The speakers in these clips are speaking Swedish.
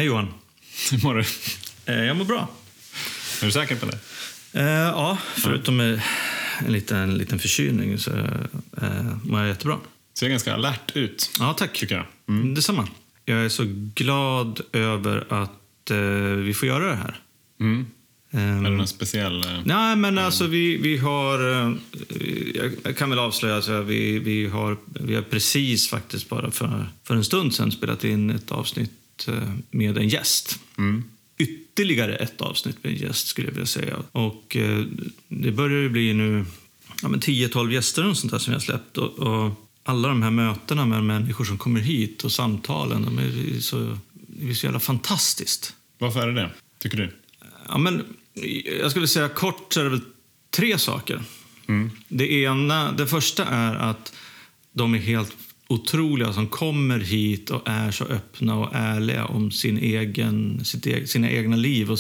Hej Johan. Hur mår du? Jag mår bra. Är du säker på det? Ja, förutom en liten förkylning så mår jag jättebra. Ser ganska alert ut. Ja, tack. Tycker jag. Detsamma. Jag är så glad över att vi får göra det här. Är det någon speciell... Nej, men alltså vi har... jag kan väl avslöja så vi har precis faktiskt bara för en stund sedan spelat in ett avsnitt med en gäst. Ytterligare ett avsnitt med en gäst skulle jag vilja säga. Och det börjar ju bli nu 10-12 gäster och sånt där som jag släppt. Och alla de här mötena med människor som kommer hit och samtalen, det är så jävla fantastiskt. Varför är det, tycker du? Ja, men jag skulle säga kort så är det väl 3 saker. Det första är att de är helt otroliga som kommer hit och är så öppna och ärliga om sina egna liv och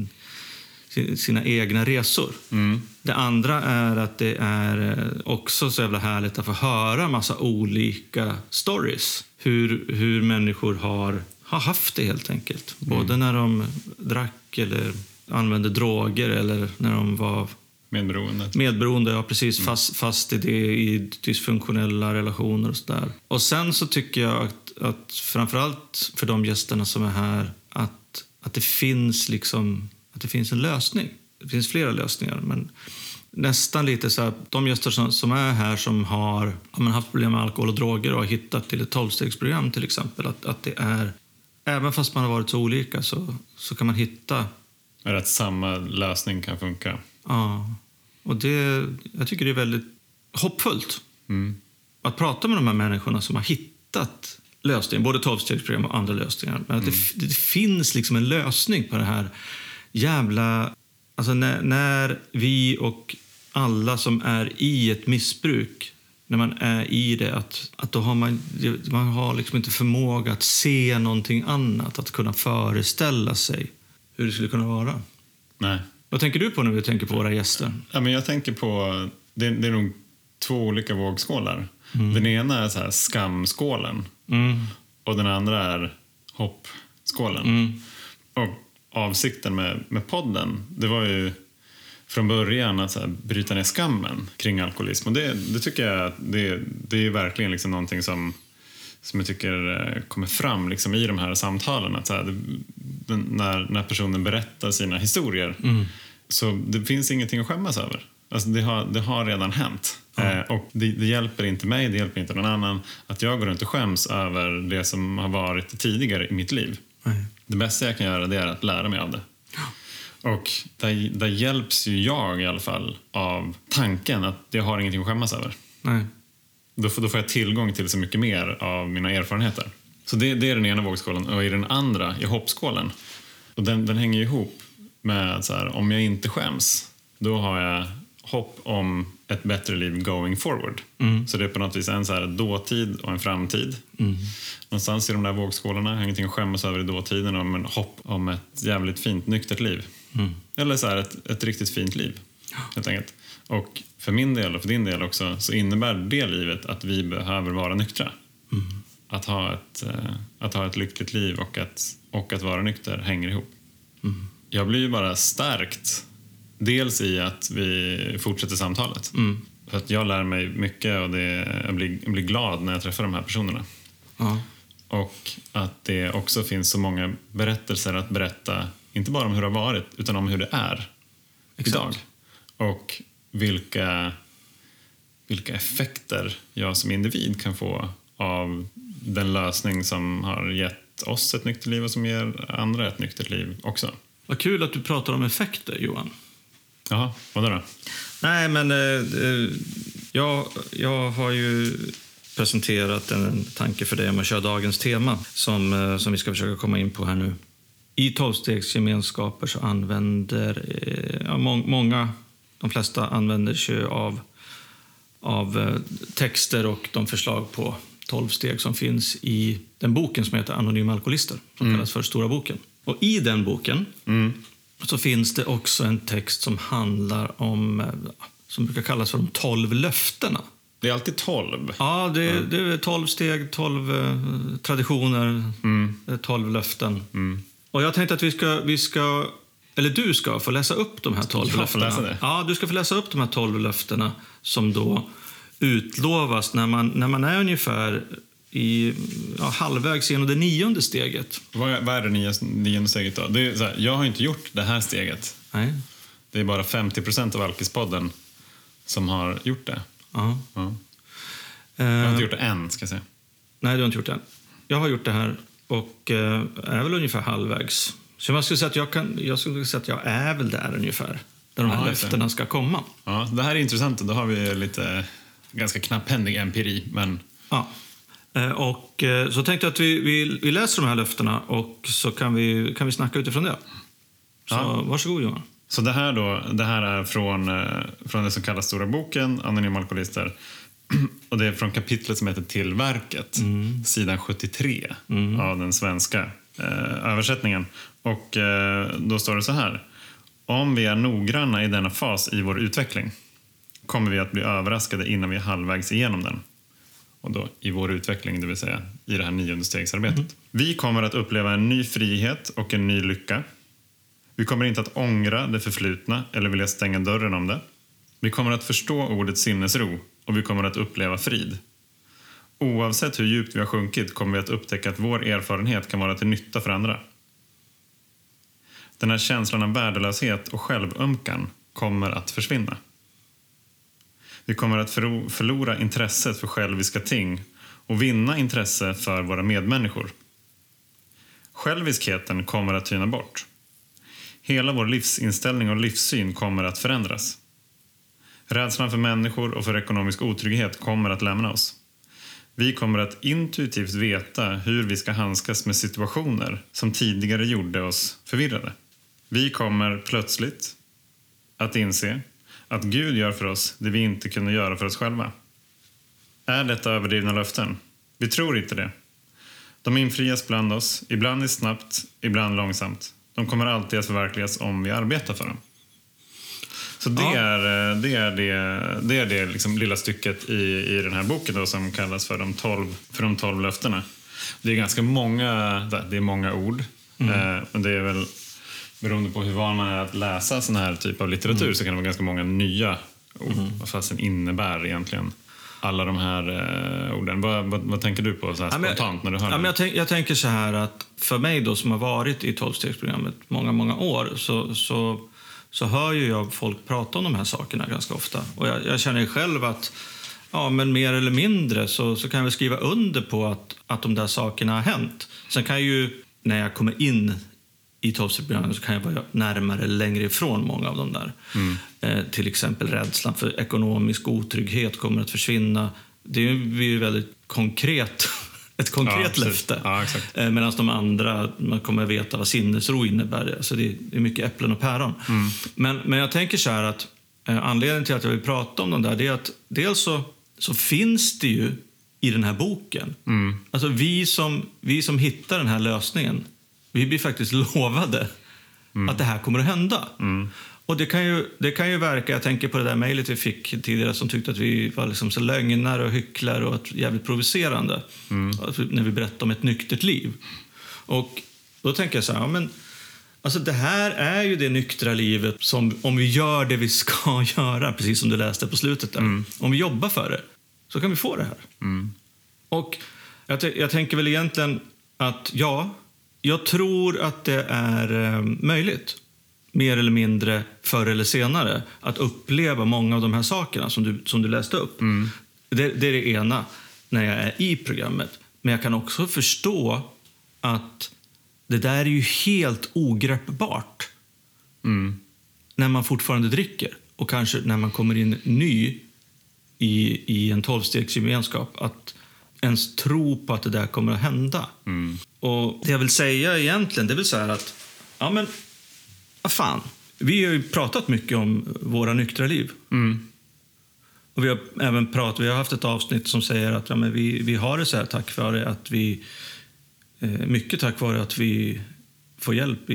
sina egna resor. Det andra är att det är också så jävla härligt att få höra massa olika stories. Hur människor har haft det helt enkelt. Både när de drack eller använde droger eller när de var medberoende, ja precis, fast i det i dysfunktionella relationer och sådär. Och sen så tycker jag att framförallt för de gästerna som är här att det finns en lösning. Det finns flera lösningar, men nästan lite så här, de gäster som är här som har haft problem med alkohol och droger och har hittat till ett 12-stegsprogram till exempel, att det är, även fast man har varit så olika så kan man hitta att samma lösning kan funka. Ja, och jag tycker det är väldigt hoppfullt att prata med de här människorna som har hittat lösningar, både 12-stegsprogram och andra lösningar. Men att det finns liksom en lösning på det här jävla... Alltså när vi och alla som är i ett missbruk, när man är i det, att då har man har liksom inte förmåga att se någonting annat, att kunna föreställa sig hur det skulle kunna vara. Nej. Vad tänker du på när du tänker på våra gäster? Ja, men jag tänker på... Det är nog 2 olika vågskålar. Den ena är så här skamskålen. Och den andra är hoppskålen. Och avsikten med podden, det var ju från början att så här, bryta ner skammen kring alkoholism. Och det tycker jag det är verkligen liksom någonting som jag tycker kommer fram liksom i de här samtalen. Att så här, när personen berättar sina historier så det finns ingenting att skämmas över. Alltså det har redan hänt. Och det hjälper inte mig, det hjälper inte någon annan att jag går runt och skäms över det som har varit tidigare i mitt liv. Det bästa jag kan göra, det är att lära mig av det. Och där hjälps ju jag i alla fall av tanken att jag har ingenting att skämmas över. Nej. Då får jag tillgång till så mycket mer av mina erfarenheter. Så det är den ena vågskålen. Och i den andra, i hoppskålen, och den hänger ihop med så här, om jag inte skäms, då har jag hopp om ett bättre liv going forward. Så det är på något vis en så här dåtid och en framtid. Någonstans i de där vågskålarna, jag har ingenting att skämmas över i dåtiden, om en hopp om ett jävligt fint nyktert liv. Eller så här ett riktigt fint liv, helt enkelt. Och för min del och för din del också, så innebär det livet att vi behöver vara nyktra. Att ha ett lyckligt liv och att vara nykter hänger ihop. Jag blir ju bara stärkt, dels i att vi fortsätter samtalet. För att jag lär mig mycket och jag blir glad när jag träffar de här personerna. Och att det också finns så många berättelser att berätta, inte bara om hur det har varit, utan om hur det är idag. Och vilka effekter jag som individ kan få av den lösning som har gett oss ett nyktert liv och som ger andra ett nyktert liv också. Vad kul att du pratar om effekter, Johan. Jaha, vad då? Nej, men jag har ju presenterat en tanke för dig om att köra dagens tema som vi ska försöka komma in på här nu. I 12-stegsgemenskaper så använder de flesta använder sig av texter och de förslag på 12 steg som finns i den boken som heter Anonyma alkoholister, som kallas för Stora boken. Och i den boken så finns det också en text som handlar om, som brukar kallas för de 12 löftena. Det är alltid 12. Ja, det är 12 steg, 12 traditioner, 12 löften. Och jag tänkte att vi ska eller du ska få läsa upp de här 12 löftena. Ja, du ska få läsa upp de här 12 löftena som då utlovas när man är ungefär halvvägs genom det 9:e steget. Vad är det 9:e steget då? Det är så här, jag har inte gjort det här steget. Nej. Det är bara 50% av Alkispodden som har gjort det. Ja. Jag har inte gjort det än, ska jag säga. Nej, du har inte gjort det än. Jag har gjort det här och är väl ungefär halvvägs. Så jag skulle säga att jag är väl där ungefär. Där de här löftena ska komma. Ja, det här är intressant. Då har vi lite ganska knapphändig empiri. Men... Ja. Och så tänkte jag att vi läser de här löftena och så kan vi snacka utifrån det. Så varsågod, Johan. Så det här är från det som kallas Stora boken, Anonyma alkoholister. Och det är från kapitlet som heter Till verket, sidan 73 av den svenska översättningen. Och då står det så här: om vi är noggranna i denna fas i vår utveckling kommer vi att bli överraskade innan vi är halvvägs igenom den. Och då i vår utveckling, det vill säga i det här 9:e stegsarbetet. Vi kommer att uppleva en ny frihet och en ny lycka. Vi kommer inte att ångra det förflutna eller vilja stänga dörren om det. Vi kommer att förstå ordet sinnesro och vi kommer att uppleva frid. Oavsett hur djupt vi har sjunkit kommer vi att upptäcka att vår erfarenhet kan vara till nytta för andra. Den här känslan av värdelöshet och självömkan kommer att försvinna. Vi kommer att förlora intresset för själviska ting och vinna intresse för våra medmänniskor. Själviskheten kommer att tyna bort. Hela vår livsinställning och livssyn kommer att förändras. Rädslan för människor och för ekonomisk otrygghet kommer att lämna oss. Vi kommer att intuitivt veta hur vi ska handskas med situationer som tidigare gjorde oss förvirrade. Vi kommer plötsligt att inse att Gud gör för oss det vi inte kunde göra för oss själva. Är detta överdrivna löften? Vi tror inte det. De infrias bland oss, ibland snabbt, ibland långsamt. De kommer alltid att förverkligas om vi arbetar för dem. Så det är det liksom lilla stycket i den här boken då, som kallas för de 12 löftena. Det är ganska många ord. Men det är väl beroende på hur van man är att läsa sån här typ av litteratur så kan det vara ganska många nya ord. Fast den innebär egentligen alla de här orden. Vad tänker du på så här spontant när du hör det? Jag tänker så här att för mig då som har varit i 12-stegsprogrammet många år så hör ju jag folk prata om de här sakerna ganska ofta. Och jag känner själv att men mer eller mindre så kan jag skriva under på att de där sakerna har hänt. Sen kan ju, när jag kommer in i 12-stegsprogrammet så kan jag vara närmare eller längre ifrån många av dem där. Till exempel rädslan för ekonomisk otrygghet kommer att försvinna. Det är ju väldigt konkret. Ett konkret löfte. Ja, exakt. Medan de andra, man kommer veta vad sinnesro innebär. Så det är mycket äpplen och päron. Men jag tänker så här att anledningen till att jag vill prata om dem där, det är att dels så finns det ju i den här boken. Alltså vi som hittar den här lösningen, vi blir faktiskt lovade att det här kommer att hända. Och det kan ju verka, jag tänker på det där mejlet vi fick tidigare som tyckte att vi var liksom så lögnare och hycklare och jävligt provocerande när vi berättade om ett nyktert liv. Och då tänker jag så här, men alltså det här är ju det nyktra livet som om vi gör det vi ska göra, precis som du läste på slutet där. Om vi jobbar för det så kan vi få det här. Och jag tänker väl egentligen att jag tror att det är möjligt, mer eller mindre förr eller senare, att uppleva många av de här sakerna som du läste upp. Det är det ena när jag är i programmet. Men jag kan också förstå att det där är ju helt ogreppbart när man fortfarande dricker. Och kanske när man kommer in ny i en 12-stegsgemenskap, att ens tro på att det där kommer att hända. Och det jag vill säga egentligen, det vill säga att vad fan, vi har ju pratat mycket om våra nyktra liv. Och vi har även vi har haft ett avsnitt som säger att vi har det så här tack vare att mycket tack vare att vi får hjälp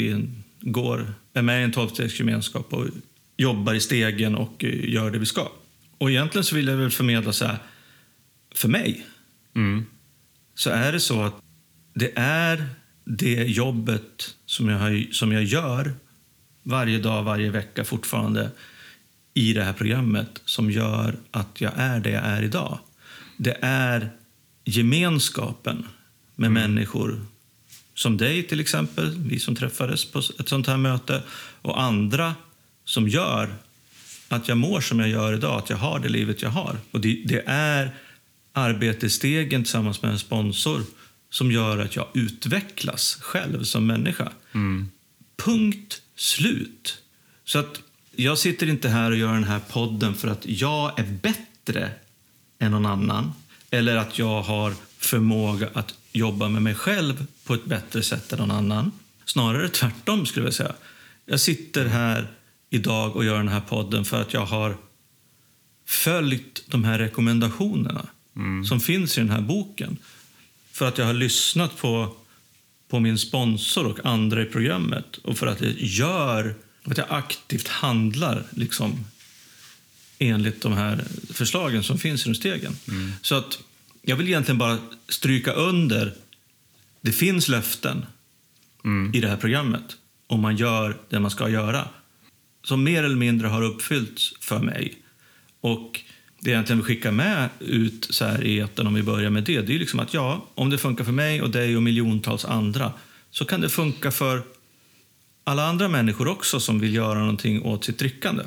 är med i en 12-stegsgemenskap och jobbar i stegen och gör det vi ska. Och egentligen så vill jag väl förmedla så här, för mig så är det så att det jobbet som jag gör varje dag, varje vecka fortfarande i det här programmet som gör att jag är det jag är idag. Det är gemenskapen med människor som dig till exempel, vi som träffades på ett sånt här möte, och andra som gör att jag mår som jag gör idag, att jag har det livet jag har. Och det är arbetesstegen tillsammans med en sponsor som gör att jag utvecklas själv som människa. Punkt slut. Så att jag sitter inte här och gör den här podden för att jag är bättre än någon annan, eller att jag har förmåga att jobba med mig själv på ett bättre sätt än någon annan. Snarare tvärtom skulle jag säga. Jag sitter här idag och gör den här podden för att jag har följt de här rekommendationerna som finns i den här boken. För att jag har lyssnat på min sponsor och andra i programmet, och för att jag aktivt handlar liksom enligt de här förslagen som finns i stegen. Så att jag vill egentligen bara stryka under, det finns löften i det här programmet om man gör det man ska göra, som mer eller mindre har uppfyllts för mig. Och det jag egentligen vill skicka med ut så här i etern, om vi börjar med det är liksom att om det funkar för mig och dig och miljontals andra, så kan det funka för alla andra människor också som vill göra någonting åt sitt drickande.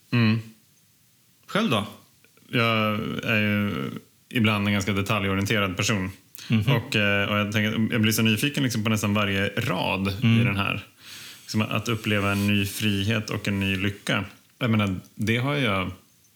Själv då? Jag är ju ibland en ganska detaljorienterad person. Och jag blir så nyfiken liksom på nästan varje rad i den här. Liksom att uppleva en ny frihet och en ny lycka. Jag menar, det har jag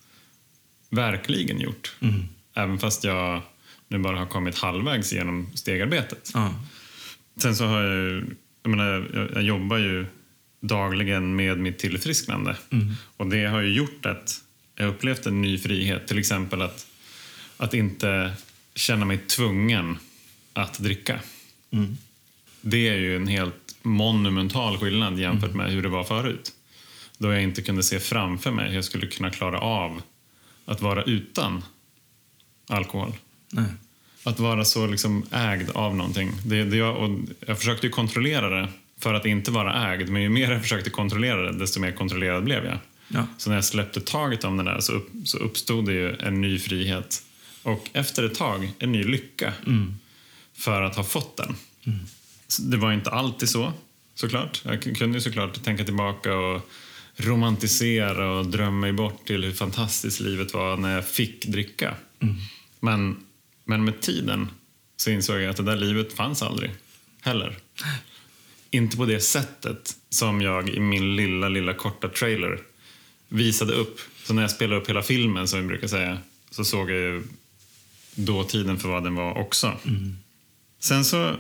verkligen gjort. Även fast jag nu bara har kommit halvvägs genom stegarbetet. Sen så har jag jobbar ju dagligen med mitt tillfrisknande. Och det har ju gjort att jag upplevt en ny frihet. Till exempel att inte känna mig tvungen att dricka. Det är ju en helt monumental skillnad jämfört med hur det var förut. Då jag inte kunde se framför mig hur jag skulle kunna klara av att vara utan alkohol. Att vara så liksom ägd av någonting. Jag försökte ju kontrollera det för att inte vara ägd. Men ju mer jag försökte kontrollera det, desto mer kontrollerad blev jag. Så när jag släppte taget om det där så uppstod det ju en ny frihet. Och efter ett tag en ny lycka för att ha fått den. Så det var inte alltid så, såklart. Jag kunde ju såklart tänka tillbaka och romantisera och drömma mig bort till hur fantastiskt livet var när jag fick dricka. Men med tiden så insåg jag att det där livet fanns aldrig heller. Inte på det sättet som jag i min lilla korta trailer visade upp. Så när jag spelade upp hela filmen, som vi brukar säga, så såg jag ju då tiden för vad den var också. Sen så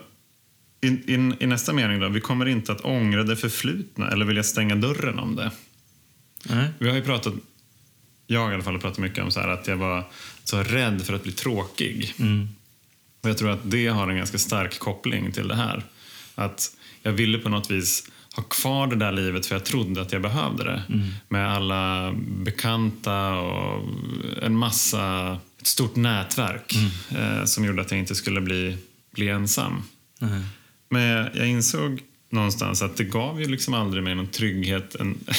i nästa mening då, vi kommer inte att ångra det förflutna eller vilja stänga dörren om det. Vi har ju pratat, jag i alla fall har pratat mycket om så här, att jag var så rädd för att bli tråkig. Och jag tror att det har en ganska stark koppling till det här. Att jag ville på något vis ha kvar det där livet för jag trodde att jag behövde det. Med alla bekanta och ett stort nätverk som gjorde att jag inte skulle bli ensam. Men jag insåg någonstans att det gav ju liksom aldrig mig någon trygghet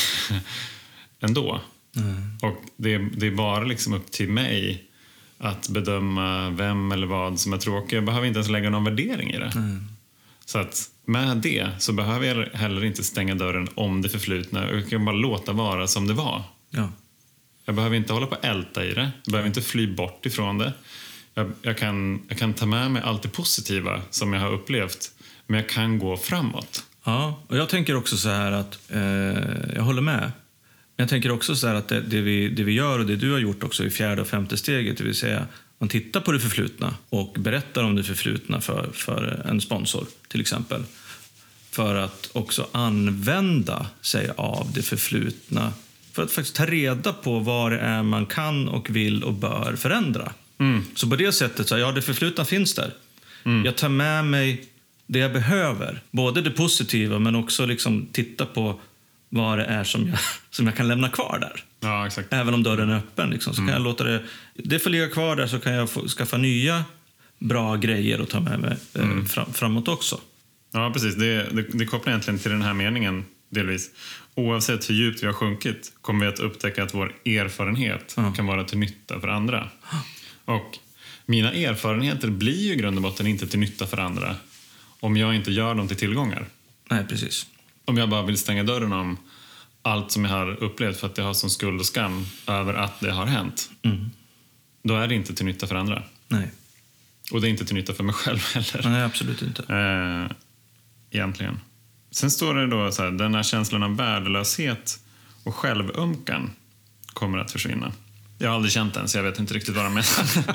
ändå. Och det är bara liksom upp till mig att bedöma vem eller vad som är tråkig. Jag behöver inte ens lägga någon värdering i det. Så att med det så behöver jag heller inte stänga dörren om det förflutna. Jag kan bara låta vara som det var. Jag behöver inte hålla på att älta i det. Jag behöver inte fly bort ifrån det. Jag kan ta med mig allt det positiva som jag har upplevt. Men jag kan gå framåt. Ja, och jag tänker också så här att jag håller med. Men jag tänker också så här att det vi gör och det du har gjort också i 4:e och 5:e steget, det vill säga man tittar på det förflutna och berättar om det förflutna för en sponsor till exempel. För att också använda sig av det förflutna. För att faktiskt ta reda på vad det är man kan och vill och bör förändra. Så på det sättet så det förflutna finns där. Jag tar med mig det jag behöver. Både det positiva men också liksom titta på vad det är som jag kan lämna kvar där. Ja, exakt. Även om dörren är öppen liksom, så kan jag låta det får ligga kvar där, så kan jag skaffa nya bra grejer och ta med mig framåt också. Ja, precis. Det kopplar egentligen till den här meningen delvis. Oavsett hur djupt vi har sjunkit kommer vi att upptäcka att vår erfarenhet kan vara till nytta för andra. Och mina erfarenheter blir ju i grund och botten inte till nytta för andra om jag inte gör dem till tillgångar. Nej, precis. Om jag bara vill stänga dörren om allt som jag har upplevt för att jag har sån skuld och skam över att det har hänt. Då är det inte till nytta för andra. Nej. Och det är inte till nytta för mig själv heller. Nej, absolut inte. Egentligen. Sen står det då så här, den här känslan av värdelöshet och självömkan kommer att försvinna. Jag har aldrig känt den, så jag vet inte riktigt vad de menar.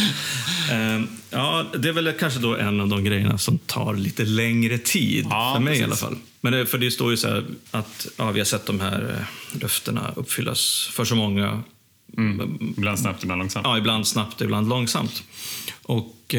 Ja, det är väl kanske då en av de grejerna som tar lite längre tid, för mig precis. I alla fall. Men för det står ju så här att vi har sett de här löftena uppfyllas för så många. Ibland snabbt, ibland långsamt. Ja, ibland snabbt, ibland långsamt. Och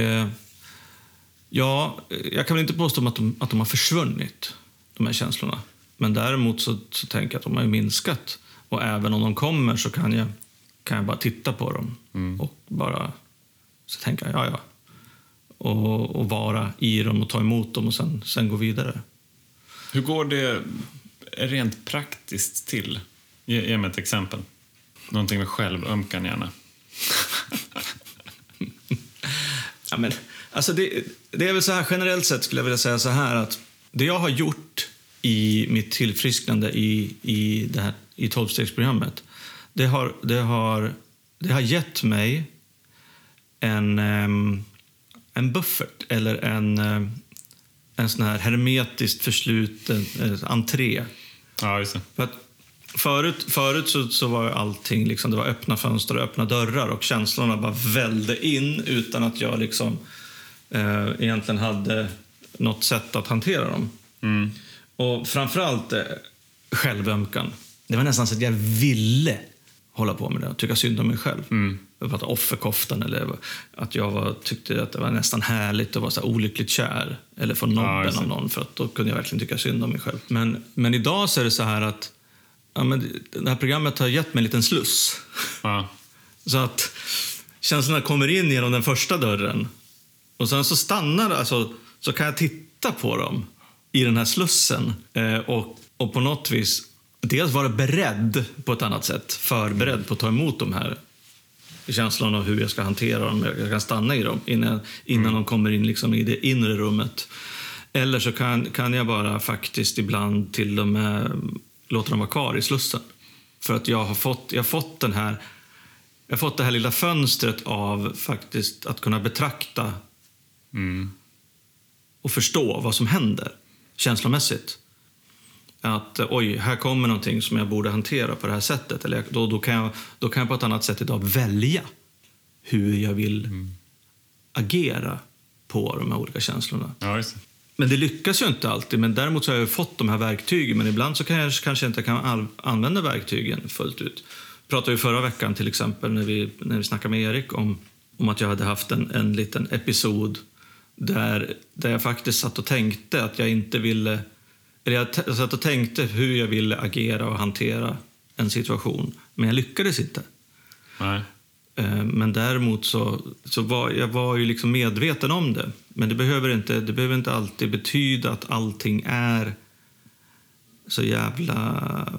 jag kan väl inte påstå att de har försvunnit, de här känslorna. Men däremot så tänker jag att de har minskat. Och även om de kommer så kan jag bara titta på dem och bara så tänka ja. Och vara i dem och ta emot dem och sen gå vidare. Hur går det rent praktiskt till? Ge mig ett exempel. Någonting med självömkan gärna. Ja, men, alltså det är väl så här, generellt sett skulle jag vilja säga så här att det jag har gjort i mitt tillfrisknande i 12-stegsprogrammet, det har gett mig en buffert eller en sån här hermetiskt försluten entré. Ja, just det. För att förut så var allting liksom, det var öppna fönster och öppna dörrar och känslorna bara vällde in utan att jag liksom egentligen hade något sätt att hantera dem. Och framförallt självömkan. Det var nästan så att jag ville hålla på med det och tycka synd om mig själv. Jag pratade offerkoftan eller att jag tyckte att det var nästan härligt att vara så olyckligt kär eller få nobben av någon, för att då kunde jag verkligen tycka synd om mig själv. Men idag så är det så här att det här programmet har gett mig en liten sluss. Så att känslorna kommer in genom den första dörren och sen så stannar alltså, så kan jag titta på dem i den här slussen och på något vis dels vara beredd på ett annat sätt, förberedd på att ta emot de här känslorna och hur jag ska hantera dem. Jag kan stanna i dem innan de kommer in liksom i det inre rummet. Eller så kan jag bara faktiskt ibland till och med låta dem vara kvar i slussen. För att jag har fått det här lilla fönstret av faktiskt att kunna betrakta och förstå vad som händer känslomässigt. Att här kommer någonting som jag borde hantera på det här sättet. Eller då kan jag på ett annat sätt idag välja hur jag vill agera på de här olika känslorna. Ja, just det. Men det lyckas ju inte alltid. Men däremot så har jag fått de här verktygen. Men ibland så kanske jag inte kan använda verktygen fullt ut. Jag pratade ju förra veckan till exempel när vi snackade med Erik om att jag hade haft en liten episod där jag faktiskt satt och tänkte att jag inte ville... Eller jag satt och tänkte hur jag ville agera och hantera en situation. Men jag lyckades inte. Nej. Men däremot så var jag ju liksom medveten om det. Men det behöver inte alltid betyda att allting är så jävla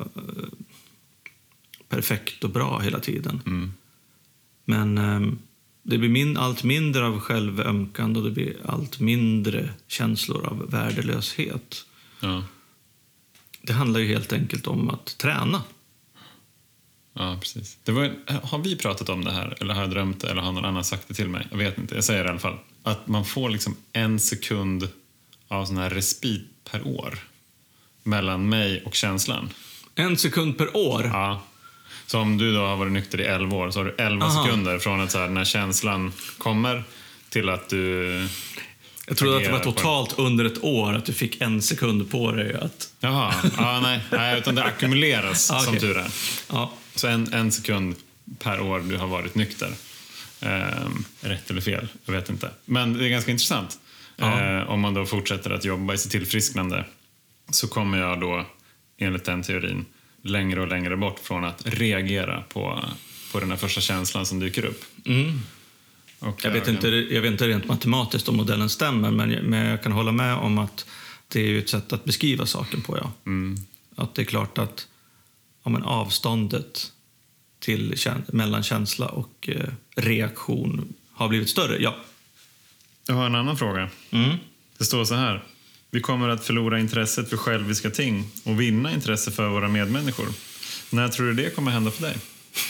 perfekt och bra hela tiden. Men det blir allt mindre av självömkan och det blir allt mindre känslor av värdelöshet. Ja. Det handlar ju helt enkelt om att träna. Ja, precis. Har vi pratat om det här? Eller har jag drömt det? Eller har någon annan sagt det till mig? Jag vet inte, jag säger det i alla fall. Att man får liksom 1 sekund av sån här respit per år mellan mig och känslan. 1 sekund per år? Ja. Så om du då har varit nykter i 11 år så har du 11 sekunder från att så här, när känslan kommer till att du... Jag trodde att det var totalt under ett år att du fick 1 sekund på dig att... Jaha, nej, utan det ackumuleras som tur är. Ja. Så 1 sekund per år du har varit nykter. Rätt eller fel, jag vet inte. Men det är ganska intressant. Om man då fortsätter att jobba i sitt tillfrisknande så kommer jag då, enligt den teorin, längre och längre bort från att reagera på den här första känslan som dyker upp. Jag vet inte rent matematiskt om modellen stämmer, men jag kan hålla med om att det är ju ett sätt att beskriva saken på. Ja. Att det är klart att avståndet mellan känsla och reaktion har blivit större. Ja. Jag har en annan fråga. Det står så här: vi kommer att förlora intresset för själviska ting och vinna intresse för våra medmänniskor. När tror du det kommer hända för dig?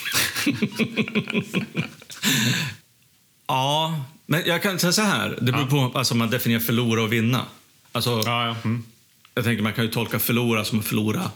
Ja, men jag kan säga så här. Det beror på om man definierar förlora och vinna. Alltså, jag tänker man kan ju tolka förlora som att förlora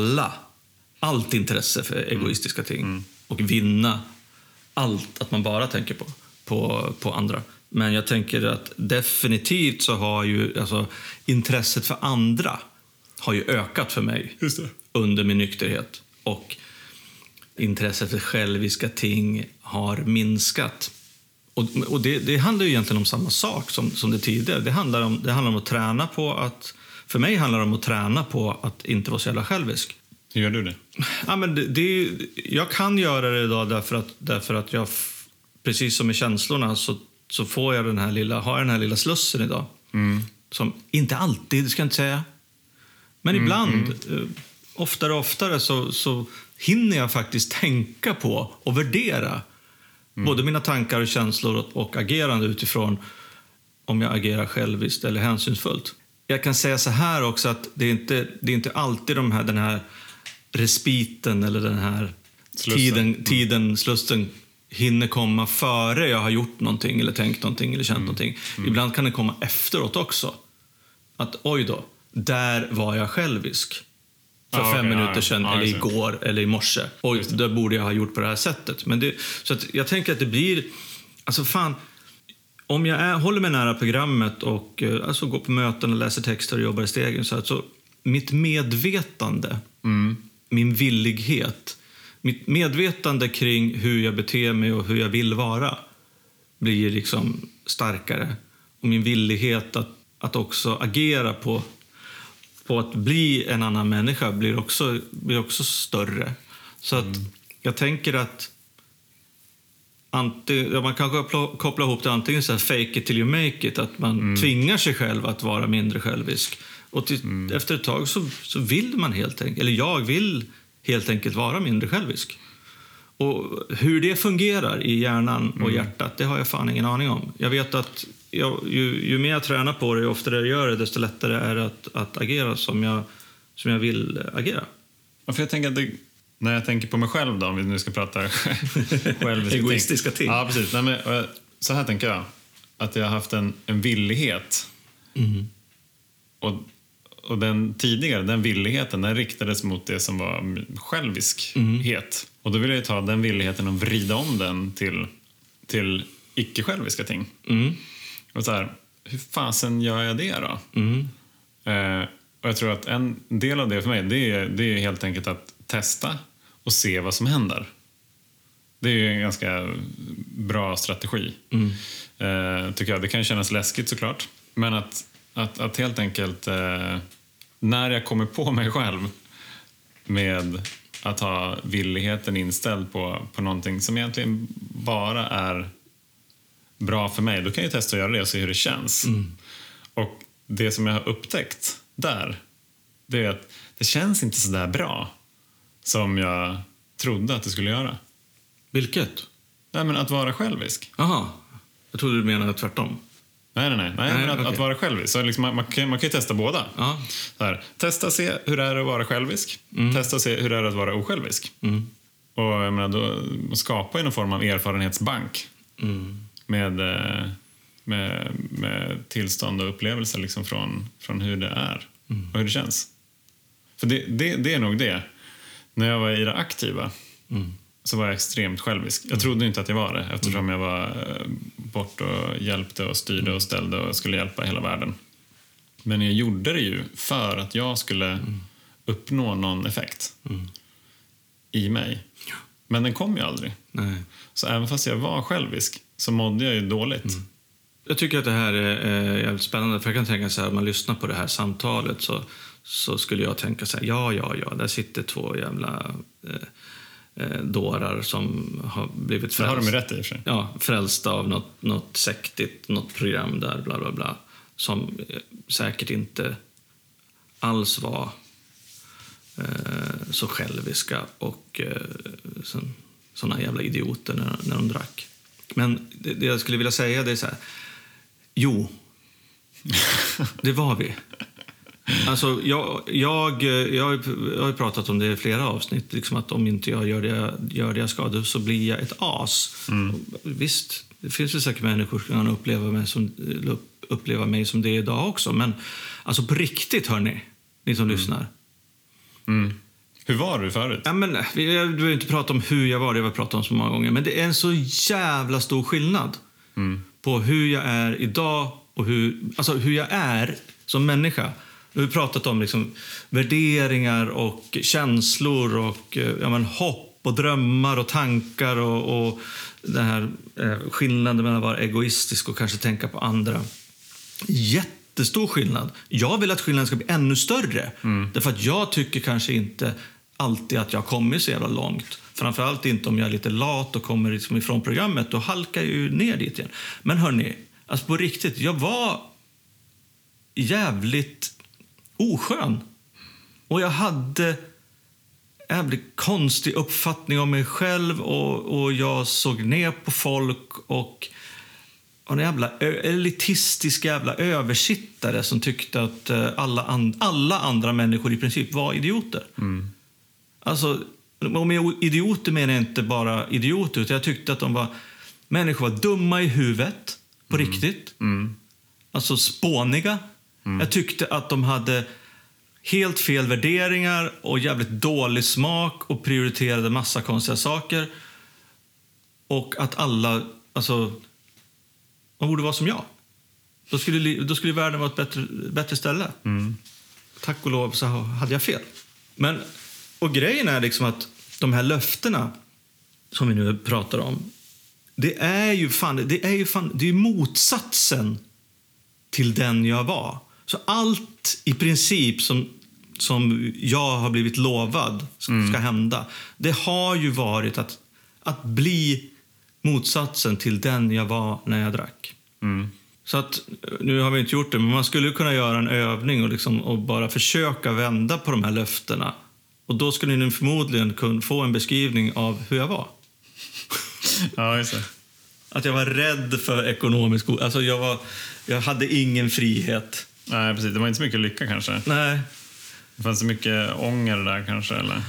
allt intresse för egoistiska ting. Och vinna allt, att man bara tänker på andra. Men jag tänker att definitivt så har ju intresset för andra har ju ökat för mig under min nykterhet. Och intresset för själviska ting har minskat. Och det handlar ju egentligen om samma sak som det tidigare. Det handlar om att träna på att... För mig handlar det om att träna på att inte vara så jävla självisk. Hur gör du det? Ja, men jag kan göra det idag därför att jag, precis som med känslorna, så får jag den här lilla slussen idag. Som inte alltid, ska jag inte säga. Men ibland, oftare och oftare, så hinner jag faktiskt tänka på och värdera både mina tankar och känslor och agerande utifrån om jag agerar själviskt eller hänsynsfullt. Jag kan säga så här också, att det är inte alltid den här respiten eller den här slussen hinner komma före jag har gjort någonting eller tänkt någonting eller känt någonting. Ibland kan det komma efteråt också. Att oj då, där var jag självisk. För 5 minuter sedan, eller igår, eller i morse. Oj, det borde jag ha gjort på det här sättet. Men så att jag tänker att det blir... Alltså fan, om jag håller mig nära programmet och går på möten och läser texter och jobbar i stegen, så mitt medvetande, min villighet, mitt medvetande kring hur jag beter mig och hur jag vill vara blir liksom starkare. Och min villighet att också agera på att bli en annan människa blir också större. Så att jag tänker att man kan koppla ihop det antingen så här fake it till you make it, att man tvingar sig själv att vara mindre självisk. Och efter ett tag så vill man helt enkelt, eller jag vill helt enkelt vara mindre självisk. Och hur det fungerar i hjärnan och hjärtat, det har jag fan ingen aning om. Jag vet att ju mer jag tränar på det, ju oftare jag gör det, desto lättare är det att agera som jag vill agera. Ja, för jag tänker att när jag tänker på mig själv då, om vi nu ska prata egoistiska ting. Ja, precis. Nej, men, så här tänker jag. Att jag har haft en villighet. Och den tidigare, den villigheten, den riktades mot det som var själviskhet. Och då vill jag ta den villigheten och vrida om den till icke-själviska ting. Och så här, hur fasen gör jag det då? Och jag tror att en del av det för mig, det är helt enkelt att testa och se vad som händer. Det är ju en ganska bra strategi. Tycker jag. Det kan kännas läskigt såklart. Men att helt enkelt när jag kommer på mig själv med att ha villigheten inställd på någonting som egentligen bara är bra för mig, då kan jag testa att göra det och se hur det känns. Och det som jag har upptäckt där, det är att det känns inte så där bra som jag trodde att det skulle göra. Vilket? Nej, men att vara självisk. Aha, jag trodde du menade tvärtom. Nej, men att vara självisk. Så liksom, man kan ju testa båda. Så här, testa och se hur det är att vara självisk. Testa och se hur det är att vara osjälvisk. Och jag menar, då skapa en form av erfarenhetsbank med tillstånd och upplevelser liksom från hur det är och hur det känns. För det är nog det. När jag var i det aktiva så var jag extremt självisk. Jag trodde inte att jag var det, eftersom jag var bort och hjälpte och styrde och ställde och skulle hjälpa hela världen. Men jag gjorde det ju för att jag skulle uppnå någon effekt i mig. Men den kom ju aldrig. Nej. Så även fast jag var självisk så mådde jag ju dåligt. Jag tycker att det här är jävligt spännande. För jag kan tänka så här, om man lyssnar på det här samtalet så skulle jag tänka så här, ja, där sitter två jävla dårar som har blivit Det har de ju rätt i och för sig. Ja, frälsta av något sektigt, något program där, bla bla bla, som säkert inte alls var så själviska och såna jävla idioter när de drack. Men det jag skulle vilja säga, det är så här: jo, det var vi. Alltså, jag har pratat om det i flera avsnitt, liksom att om inte jag gör det jag ska, så blir jag ett as. Visst, det finns ju säkert människor som kan uppleva mig som det är idag också, men alltså på riktigt, hörni, ni som lyssnar. Hur var du förut? Ja, men vi behöver inte prata om hur jag var, det har vi pratat om så många gånger, men det är en så jävla stor skillnad på hur jag är idag och hur jag är som människa. Vi har pratat om liksom värderingar och känslor och hopp och drömmar och tankar och den här skillnaden mellan att vara egoistisk och kanske tänka på andra. Jättestor skillnad. Jag vill att skillnaden ska bli ännu större. Därför att jag tycker kanske inte alltid att jag kommer så jävla långt. Framförallt inte om jag är lite lat och kommer liksom ifrån programmet. Då halkar jag ju ner dit igen. Men hörni, alltså på riktigt, jag var jävligt oskön. Och jag hade jävligt konstig uppfattning om mig själv. Och jag såg ner på folk och en jävla elitistisk jävla översittare som tyckte att alla andra människor i princip var idioter. Alltså, och med idioter menar jag inte bara idioter, utan jag tyckte att människor var dumma i huvudet på riktigt. Alltså spåniga. Jag tyckte att de hade helt fel värderingar och jävligt dålig smak och prioriterade massa konstiga saker. Och att alla, alltså, man borde vara som jag. Då skulle världen vara ett bättre ställe. Tack och lov så hade jag fel. Och grejen är liksom att de här löftena som vi nu pratar om, det är ju motsatsen till den jag var. Så allt i princip som jag har blivit lovad ska hända, det har ju varit att bli motsatsen till den jag var när jag drack. Så att, nu har vi inte gjort det, men man skulle kunna göra en övning och bara försöka vända på de här löftena. Och då skulle ni förmodligen kunna få en beskrivning av hur jag var. Ja, just det. Att jag var rädd för ekonomisk... Alltså jag hade ingen frihet. Nej, precis. Det var inte så mycket lycka kanske. Nej. Det fanns så mycket ånger där kanske, eller?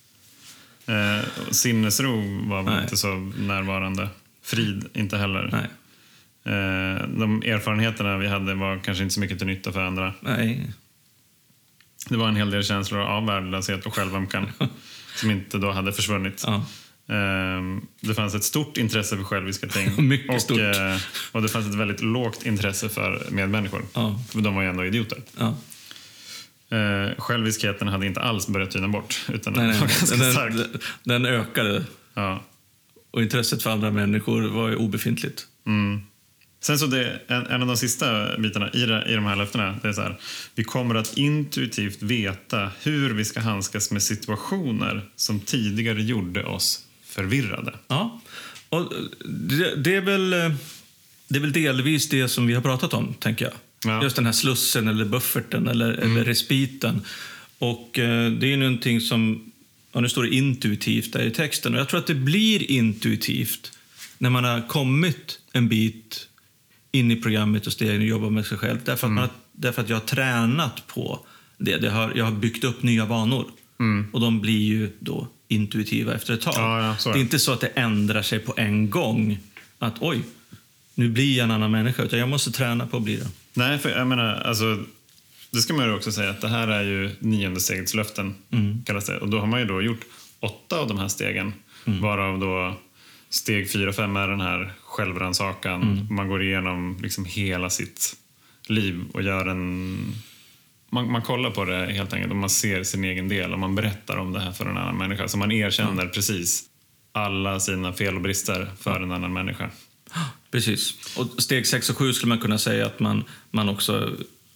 Sinnesro var väl inte så närvarande. Frid inte heller. Nej. De erfarenheterna vi hade var kanske inte så mycket till nytta för andra. Nej. Det var en hel del känslor av värdelöshet och självömkan som inte då hade försvunnit. Ja. Det fanns ett stort intresse för själviska ting. Mycket stort. Och det fanns ett väldigt lågt intresse för medmänniskor. Ja. För de var ju ändå idioter. Ja. Själviskheten hade inte alls börjat tyna bort. Utan Nej. var ganska stark. Den ökade. Ja. Och intresset för andra människor var ju obefintligt. Sen så en av de sista bitarna i de här löftena, det är så här: vi kommer att intuitivt veta hur vi ska handskas med situationer som tidigare gjorde oss förvirrade. Ja, och det är väl delvis det som vi har pratat om, tänker jag. Ja. Just den här slussen eller bufferten eller respiten. Och det är någonting som, nu står det intuitivt där i texten. Och jag tror att det blir intuitivt när man har kommit en bit in i programmet och stegen och jobbar med sig själv. Därför att jag har tränat på det. Jag har byggt upp nya vanor. Och de blir ju då intuitiva efter ett tag. Ja, det är inte så att det ändrar sig på en gång. Att oj, nu blir jag en annan människa. Utan jag måste träna på att bli det. Nej, för jag menar, alltså, det ska man ju också säga att det här är ju 9:e stegets löften, kallas det. Och då har man ju då gjort 8 av de här stegen. Varav då steg 4 och 5 är den här självrannsakan. Man går igenom liksom hela sitt liv och gör man kollar på det helt enkelt, och man ser sin egen del och man berättar om det här för en annan människa. Så man erkänner precis alla sina fel och brister för en annan människa. Precis. Och steg 6 och 7 skulle man kunna säga att man också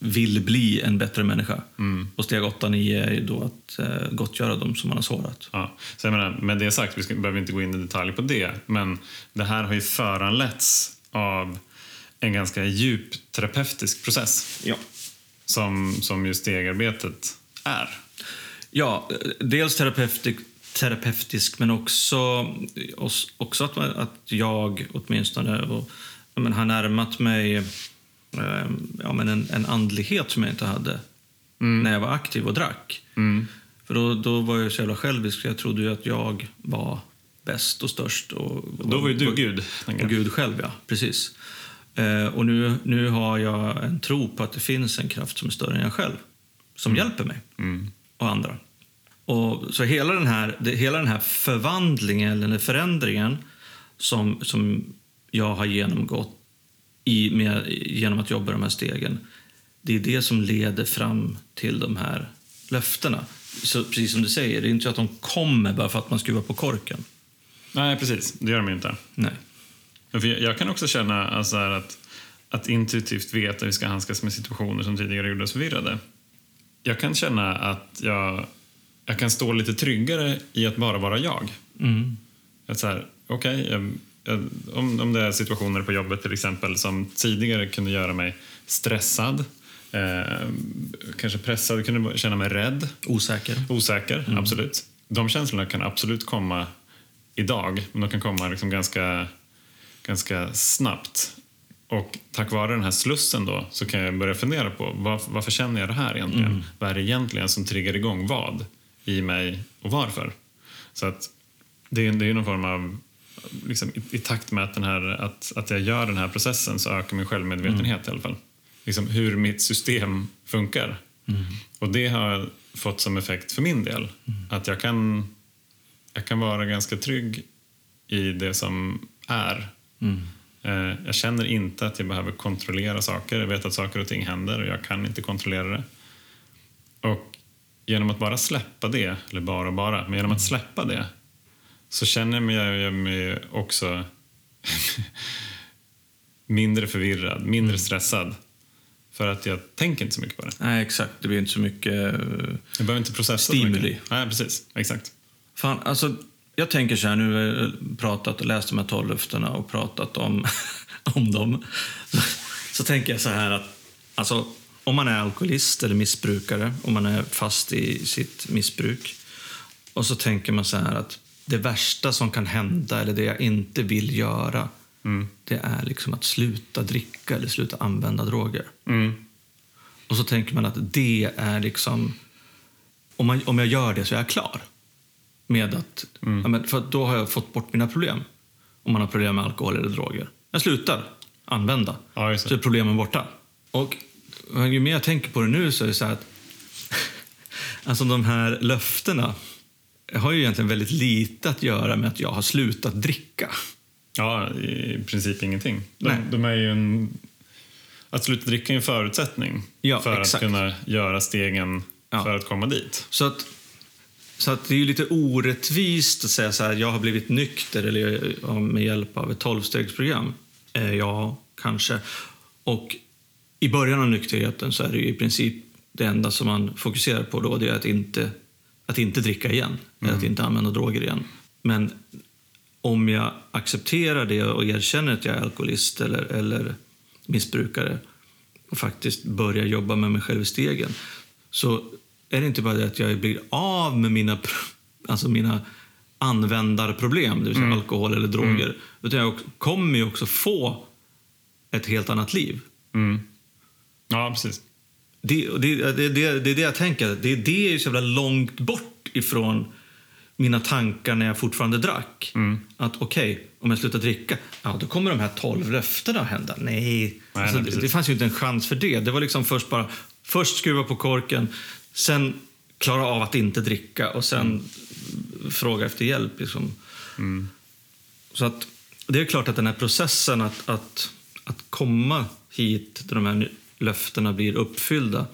vill bli en bättre människa. Och steg 8-9 är ju då att gottgöra dem som man har sårat. Ja. Så jag menar, med det sagt, behöver inte gå in i detalj på det, men det här har ju föranletts av en ganska djup terapeutisk process. Ja. Som ju stegarbetet är. Ja, dels terapeutisk men också att jag åtminstone har närmat mig en andlighet som jag inte hade när jag var aktiv och drack. För då var jag så jävla självisk. Jag trodde ju att jag var bäst och störst. Och då var ju du Gud. Och Gud själv, ja. Precis. Och nu har jag en tro på att det finns en kraft som är större än jag själv. Som hjälper mig och andra. Och så hela den här förvandlingen eller förändringen som jag har genomgått genom att jobba de här stegen, det är det som leder fram till de här löftena. Så precis som du säger, det är inte så att de kommer bara för att man skruvar på korken. Nej, precis. Det gör de inte. Nej. Jag kan också känna alltså att intuitivt veta hur vi ska handskas med situationer som tidigare gjorde oss förvirrade. Jag kan känna att jag kan stå lite tryggare i att bara vara jag. Att så här, om det är situationer på jobbet till exempel som tidigare kunde göra mig stressad, kanske pressad, kunde känna mig rädd. Osäker, absolut. De känslorna kan absolut komma idag, men de kan komma liksom ganska snabbt. Och tack vare den här slussen då så kan jag börja fundera på varför känner jag det här egentligen? Vad är det egentligen som triggar igång vad i mig och varför? Så att det är någon form av liksom, i takt med att jag gör den här processen så ökar min självmedvetenhet i alla fall. Liksom hur mitt system funkar. Och det har fått som effekt för min del att jag kan vara ganska trygg i det som är. Jag känner inte att jag behöver kontrollera saker. Jag vet att saker och ting händer och jag kan inte kontrollera det. Och genom att bara släppa det, eller men genom att släppa det så känner jag mig också mindre förvirrad, mindre stressad. För att jag tänker inte så mycket på det. Nej, exakt. Det blir inte så mycket jag behöver inte processa stimuli. Nej, precis. Exakt. Fan, alltså, jag tänker så här, nu har jag pratat och läst de här 12 löftena och pratat om dem. Så tänker jag så här att alltså, om man är alkoholist eller missbrukare, om man är fast i sitt missbruk, och så tänker man så här att det värsta som kan hända eller det jag inte vill göra, det är liksom att sluta dricka eller sluta använda droger. Och så tänker man att det är liksom, om jag gör det så är jag klar med att, för då har jag fått bort mina problem. Om man har problem med alkohol eller droger. Jag slutar använda, så är problemen borta. Och ju mer jag tänker på det nu så är det så här att alltså de här löftena har ju egentligen väldigt lite att göra med att jag har slutat dricka. Ja, i princip ingenting. De är ju att sluta dricka är en förutsättning för exakt. Att kunna göra stegen för att komma dit. Så att det är ju lite orättvist att säga så här, jag har blivit nykter eller med hjälp av ett 12-stegsprogram. Ja, kanske. Och i början av nykterheten så är det ju i princip det enda som man fokuserar på då, det är att inte dricka igen. Eller att inte använda droger igen. Men om jag accepterar det och erkänner att jag är alkoholist eller missbrukare och faktiskt börjar jobba med mig själv i stegen, så är det inte bara det att jag blir av med mina användarproblem, det vill säga alkohol eller droger, utan jag kommer ju också få ett helt annat liv. Ja, precis. Det är det jag tänker. Det är så jävla långt bort ifrån mina tankar när jag fortfarande drack. Att om jag slutar dricka, då kommer de här 12 löftena att hända. Nej, alltså, det fanns ju inte en chans för det. Det var liksom först skruva på korken, sen klara av att inte dricka och sen fråga efter hjälp. Liksom. Så att det är klart att den här processen att komma hit där de här löftena blir uppfyllda,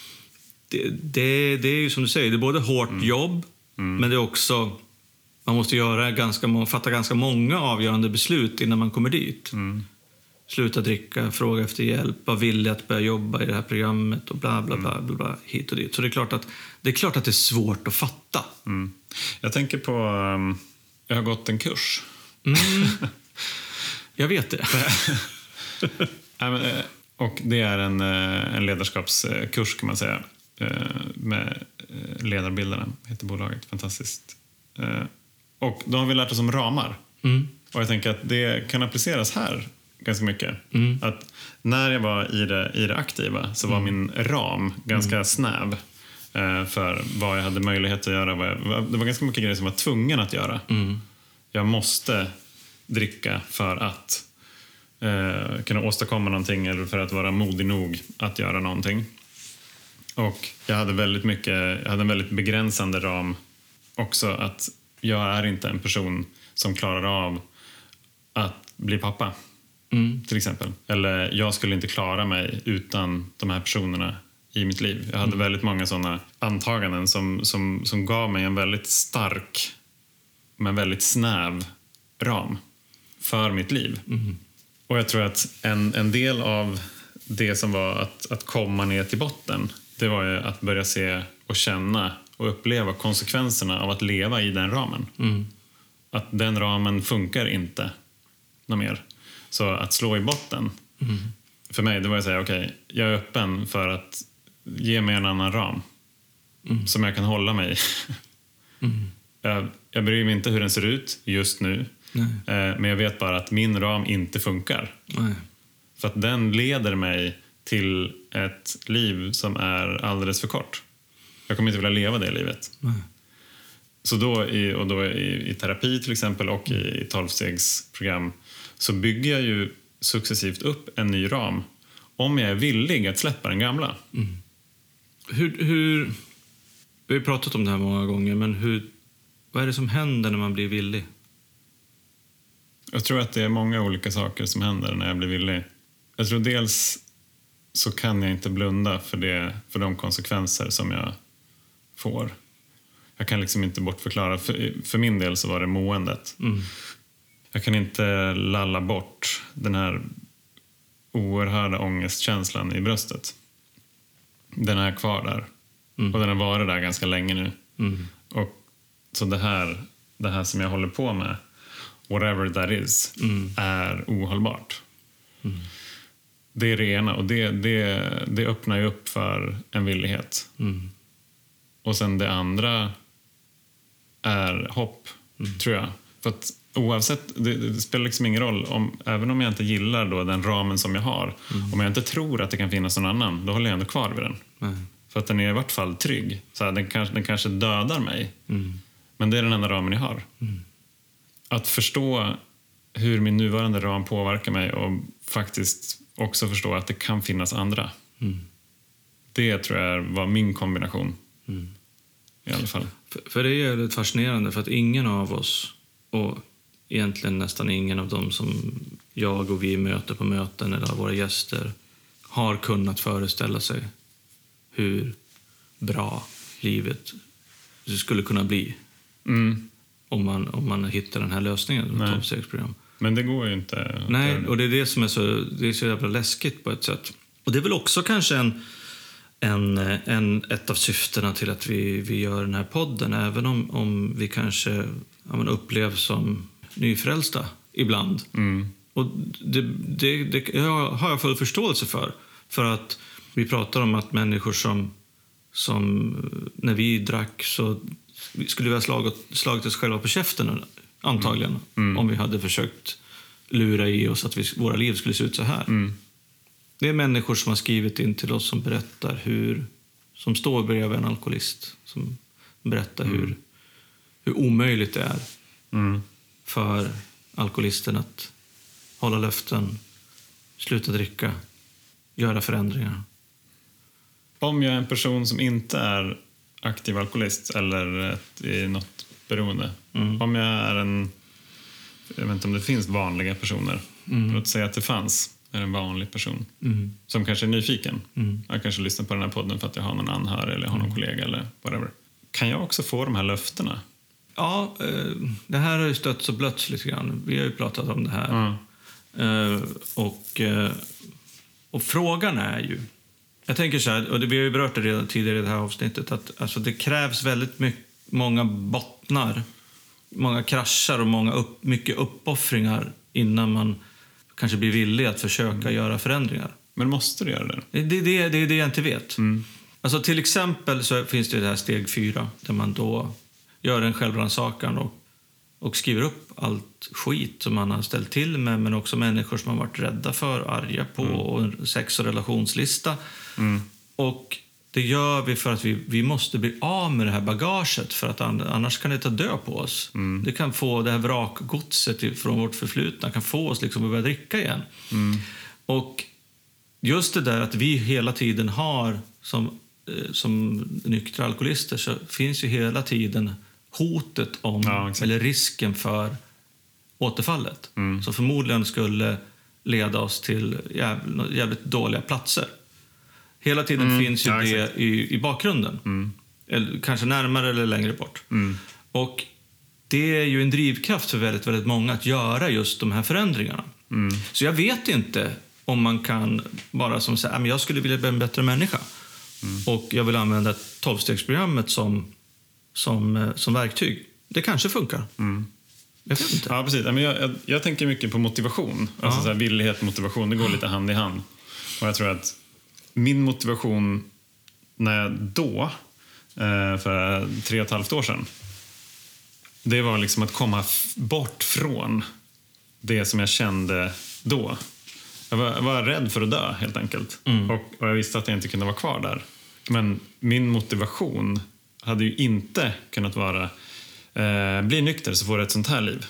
det är ju som du säger, det är både hårt jobb, men det är också, man måste fatta ganska många avgörande beslut innan man kommer dit. sluta dricka, fråga efter hjälp, var villig att börja jobba i det här programmet och bla bla bla, bla, bla hit och dit. Så det är klart att det är svårt att fatta. Jag tänker på, jag har gått en kurs. Jag vet det. Och det är en ledarskapskurs kan man säga. Med Ledarbildarna heter bolaget. Fantastiskt. Och då har vi lärt oss om ramar. Och jag tänker att det kan appliceras här ganska mycket. Att när jag var i det aktiva så var min ram ganska snäv för vad jag hade möjlighet att göra. Det var ganska mycket grejer som var tvungen att göra. Jag måste dricka för att kunna åstadkomma någonting eller för att vara modig nog att göra någonting. Och jag hade en väldigt begränsande ram också, att jag är inte en person som klarar av att bli pappa till exempel. Eller jag skulle inte klara mig utan de här personerna i mitt liv. Jag hade väldigt många sådana antaganden som gav mig en väldigt stark men väldigt snäv ram för mitt liv. Och jag tror att en del av det som var att komma ner till botten, det var ju att börja se och känna och uppleva konsekvenserna av att leva i den ramen. Att den ramen funkar inte något mer. Så att slå i botten, för mig, det var att säga okej, jag är öppen för att ge mig en annan ram som jag kan hålla mig. Jag bryr mig inte hur den ser ut just nu. Men jag vet bara att min ram inte funkar. För att den leder mig till ett liv som är alldeles för kort. Jag kommer inte vilja leva det livet. Så då i terapi till exempel och i 12-stegsprogram så bygger jag ju successivt upp en ny ram om jag är villig att släppa den gamla. Hur vi har pratat om det här många gånger, men vad är det som händer när man blir villig? Jag tror att det är många olika saker som händer när jag blir villig. Jag tror dels så kan jag inte blunda för de konsekvenser som jag får. Jag kan liksom inte bortförklara. För min del så var det måendet. Jag kan inte lalla bort den här oerhörda ångestkänslan i bröstet. Den är kvar där. Och den har varit där ganska länge nu. Och så det här som jag håller på med, whatever that is, är ohållbart. Det är det ena, och det öppnar ju upp för en villighet. Och sen det andra är hopp, tror jag. För att oavsett, det spelar liksom ingen roll, även om jag inte gillar då den ramen som jag har, om jag inte tror att det kan finnas någon annan, då håller jag ändå kvar vid den. För att den är i vart fall trygg. Så här, den kanske dödar mig, men det är den enda ramen jag har. Att förstå hur min nuvarande ram påverkar mig och faktiskt också förstå att det kan finnas andra. Det tror jag var min kombination. I alla fall. För det är lite fascinerande, för att ingen av oss, och egentligen nästan ingen av dem som jag och vi möter på möten eller våra gäster, har kunnat föreställa sig hur bra livet skulle kunna bli om man hittar den här lösningen, 12-stegsprogram. Men det går ju inte. Nej, och det är det som är så jävla läskigt på ett sätt. Och det är väl också kanske ett av syftena till att vi gör den här podden, även om vi kanske upplevs som nyfrälsta ibland. Och det har jag full förståelse för att vi pratar om att människor som när vi drack så skulle vi ha slagit oss själva på käften antagligen, om vi hade försökt lura i oss att våra liv skulle se ut så här. Det är människor som har skrivit in till oss som berättar som står bredvid en alkoholist, som berättar hur omöjligt det är för alkoholisten att hålla löften, sluta dricka, göra förändringar. Om jag är en person som inte är aktiv alkoholist eller i något beroende, om jag är jag vet inte om det finns vanliga personer, låt säga att det är en vanlig person som kanske är nyfiken. Jag kanske lyssnar på den här podden för att jag har någon anhörig eller har någon kollega eller whatever. Kan jag också få de här löftena? Ja, det här har ju stött så blöts lite grann. Vi har ju pratat om det här. Och frågan är ju... Jag tänker så här, och vi har ju berört det redan tidigare i det här avsnittet, att alltså, det krävs väldigt många bottnar, många kraschar och mycket uppoffringar innan man kanske blir villig att försöka göra förändringar. Men måste du göra det? Det är det jag inte vet. Alltså till exempel så finns det här steg 4 där man då gör en självrannsakan och skriver upp allt skit som man har ställt till med, men också människor som har varit rädda för, arga på, och en sex- och relationslista. Och det gör vi för att vi måste bli av med det här bagaget, för att annars kan det ta död på oss. Det kan få det här vrakgodset från vårt förflutna, kan få oss liksom att börja dricka igen. Och just det där att vi hela tiden har som nyktra alkoholister, så finns ju hela tiden hotet om, eller risken för återfallet. Så förmodligen skulle leda oss till jävligt dåliga platser. Hela tiden finns ju det i bakgrunden. Eller kanske närmare eller längre bort. Och det är ju en drivkraft för väldigt, väldigt många att göra just de här förändringarna. Så jag vet inte om man kan bara som säga, men jag skulle vilja bli en bättre människa. Och jag vill använda 12-stegsprogrammet som verktyg. Det kanske funkar. Jag vet inte. Ja, precis. Jag tänker mycket på motivation. Alltså så här, villighet och motivation, det går lite hand i hand. Och jag tror att min motivation när jag då, för 3,5 år sedan, det var liksom att komma bort från det som jag kände då. Jag var rädd för att dö, helt enkelt. Och jag visste att jag inte kunde vara kvar där. Men min motivation hade ju inte kunnat vara bli nykter så får du ett sånt här liv.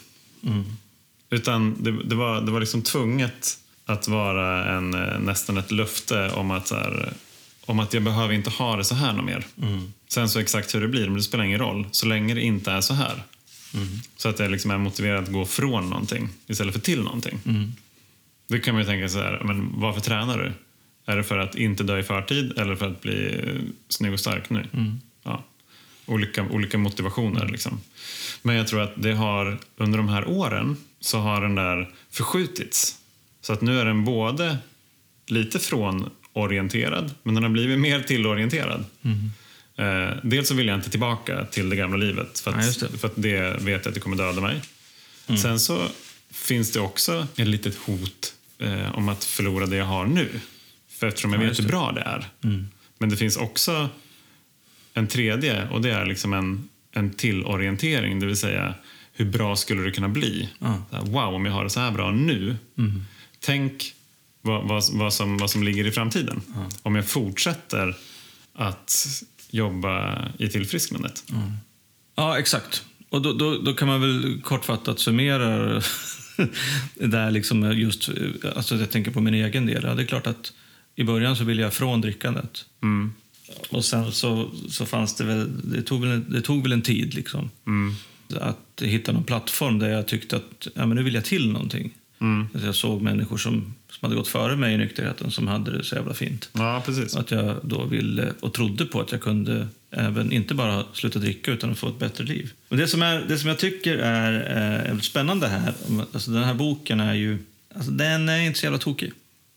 Utan det var liksom tvunget att vara nästan ett löfte om att jag behöver inte ha det så här något mer. Sen så exakt hur det blir, men det spelar ingen roll så länge det inte är så här. Så att jag liksom är motiverad att gå från någonting istället för till någonting. Det kan man ju tänka så här, men varför tränar du? Är det för att inte dö i förtid eller för att bli snygg och stark nu? Ja. Olika motivationer liksom. Men jag tror att det har under de här åren så har den där förskjutits. Så att nu är den både lite frånorienterad, men den har blivit mer tillorienterad. Dels så vill jag inte tillbaka till det gamla livet för att det vet jag att det kommer döda mig. Sen så finns det också ett litet hot om att förlora det jag har nu. För eftersom jag vet hur bra det är. Men det finns också en tredje, och det är liksom en tillorientering, det vill säga hur bra skulle det kunna bli? Wow, om jag har det så här bra nu. Tänk vad som ligger i framtiden. Om jag fortsätter att jobba i tillfrisknandet. Ja, exakt. Och då kan man väl kortfattat summera det där liksom just, alltså jag tänker på min egen del. Ja, det är klart att i början så ville jag från drickandet. Och sen så fanns det väl, det tog väl en tid liksom. Att hitta någon plattform där jag tyckte att men nu vill jag till någonting. Att jag såg människor som hade gått före mig i nykterheten som hade det så jävla fint. Ja, precis. Att jag då ville och trodde på att jag kunde även inte bara sluta dricka utan att få ett bättre liv. Och det som jag tycker är spännande här, alltså den här boken är ju, alltså den är inte så jävla tokig.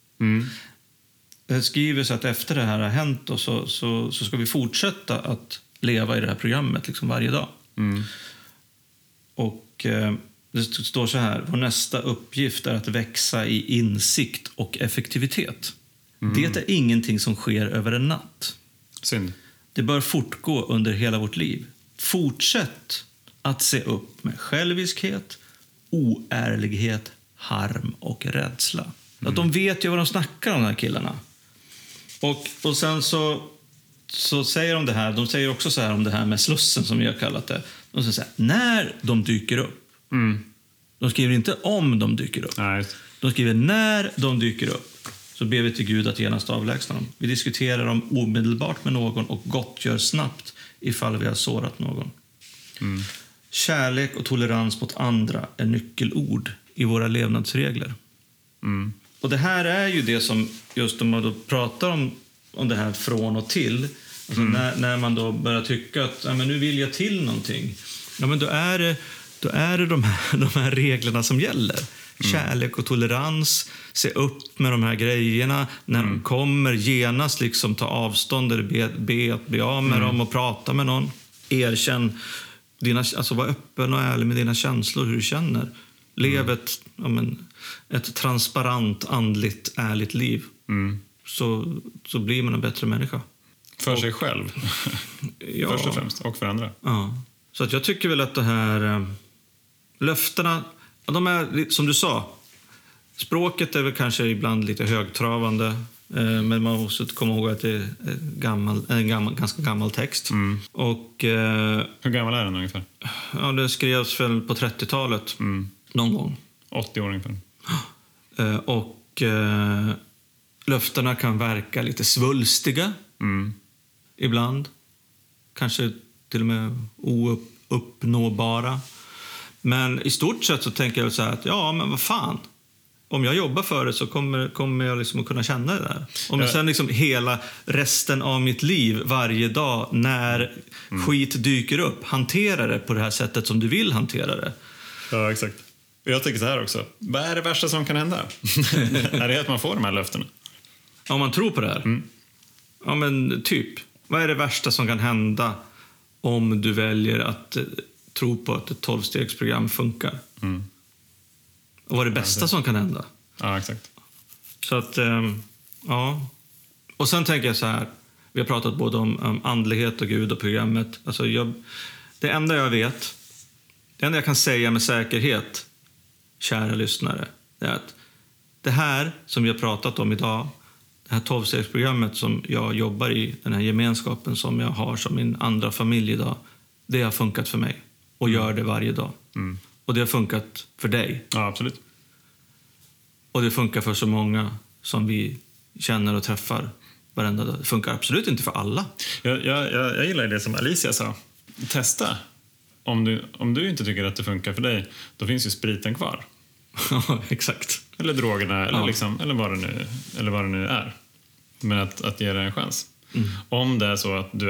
Det skriver så att efter det här har hänt och så ska vi fortsätta att leva i det här programmet liksom varje dag. Och det står så här: vår nästa uppgift är att växa i insikt och effektivitet. Det är ingenting som sker över en natt. Synd. Det bör fortgå under hela vårt liv. Fortsätt att se upp med själviskhet, oärlighet, harm och rädsla. Att de vet ju vad de snackar om, de här killarna. Och sen så säger de det här. De säger också så här om det här med slussen som vi har kallat det. De säger så här, när de dyker upp. De skriver inte om de dyker upp. Nej. De skriver när de dyker upp. Så ber vi till Gud att genast avlägsna dem. Vi diskuterar dem omedelbart med någon och gottgör snabbt ifall vi har sårat någon. Kärlek och tolerans mot andra är nyckelord i våra levnadsregler. Och det här är ju det som, just om man då pratar om det här från och till. Alltså när man då börjar tycka att men nu vill jag till någonting. Ja, men då är det de här reglerna som gäller. kärlek och tolerans. Se upp med de här grejerna. När de kommer, genast liksom ta avstånd eller be av med dem och prata med någon. Erkänn alltså var öppen och ärlig med dina känslor, hur du känner. Lev ett transparent, andligt, ärligt liv. Så blir man en bättre människa. För sig själv. Ja. Först och främst. Och för andra. Ja. Så att jag tycker väl att det här löftena, de är som du sa. Språket är väl kanske ibland lite högtravande. Men man måste komma ihåg att det är en ganska gammal text. Och, hur gammal är den ungefär? Ja, det skrevs väl på 30-talet. Någon gång. 80 år ungefär. Och löftena kan verka lite svulstiga. Ibland. Kanske till och med ouppnåbara. Men i stort sett så tänker jag så här att ja, men vad fan. Om jag jobbar för det så kommer jag liksom att kunna känna det där. Om jag sen liksom hela resten av mitt liv varje dag när skit dyker upp, hantera det på det här sättet som du vill hantera det. Ja, exakt. Jag tänker så här också. Vad är det värsta som kan hända? Är det att man får de här löftena? Om man tror på det här? Ja, men typ. Vad är det värsta som kan hända om du väljer att tro på att ett 12-stegsprogram funkar? Och vad är det bästa som kan hända? Ja, exakt. Så att, ja. Och sen tänker jag så här. Vi har pratat både om andlighet och Gud och programmet. Alltså det enda jag vet, det enda jag kan säga med säkerhet, kära lyssnare, det är att det här som vi har pratat om idag, det här 12-stegsprogrammet som jag jobbar i, den här gemenskapen som jag har som min andra familj idag, det har funkat för mig och gör det varje dag. Och det har funkat för dig. Ja, absolut. Och det funkar för så många som vi känner och träffar varenda dag. Det funkar absolut inte för alla. Jag gillar det som Alicia sa. Testa. Om du inte tycker att det funkar för dig, då finns ju spriten kvar. Ja, exakt. Eller drogerna, eller vad det nu är. Men att ge det en chans. Om det är så att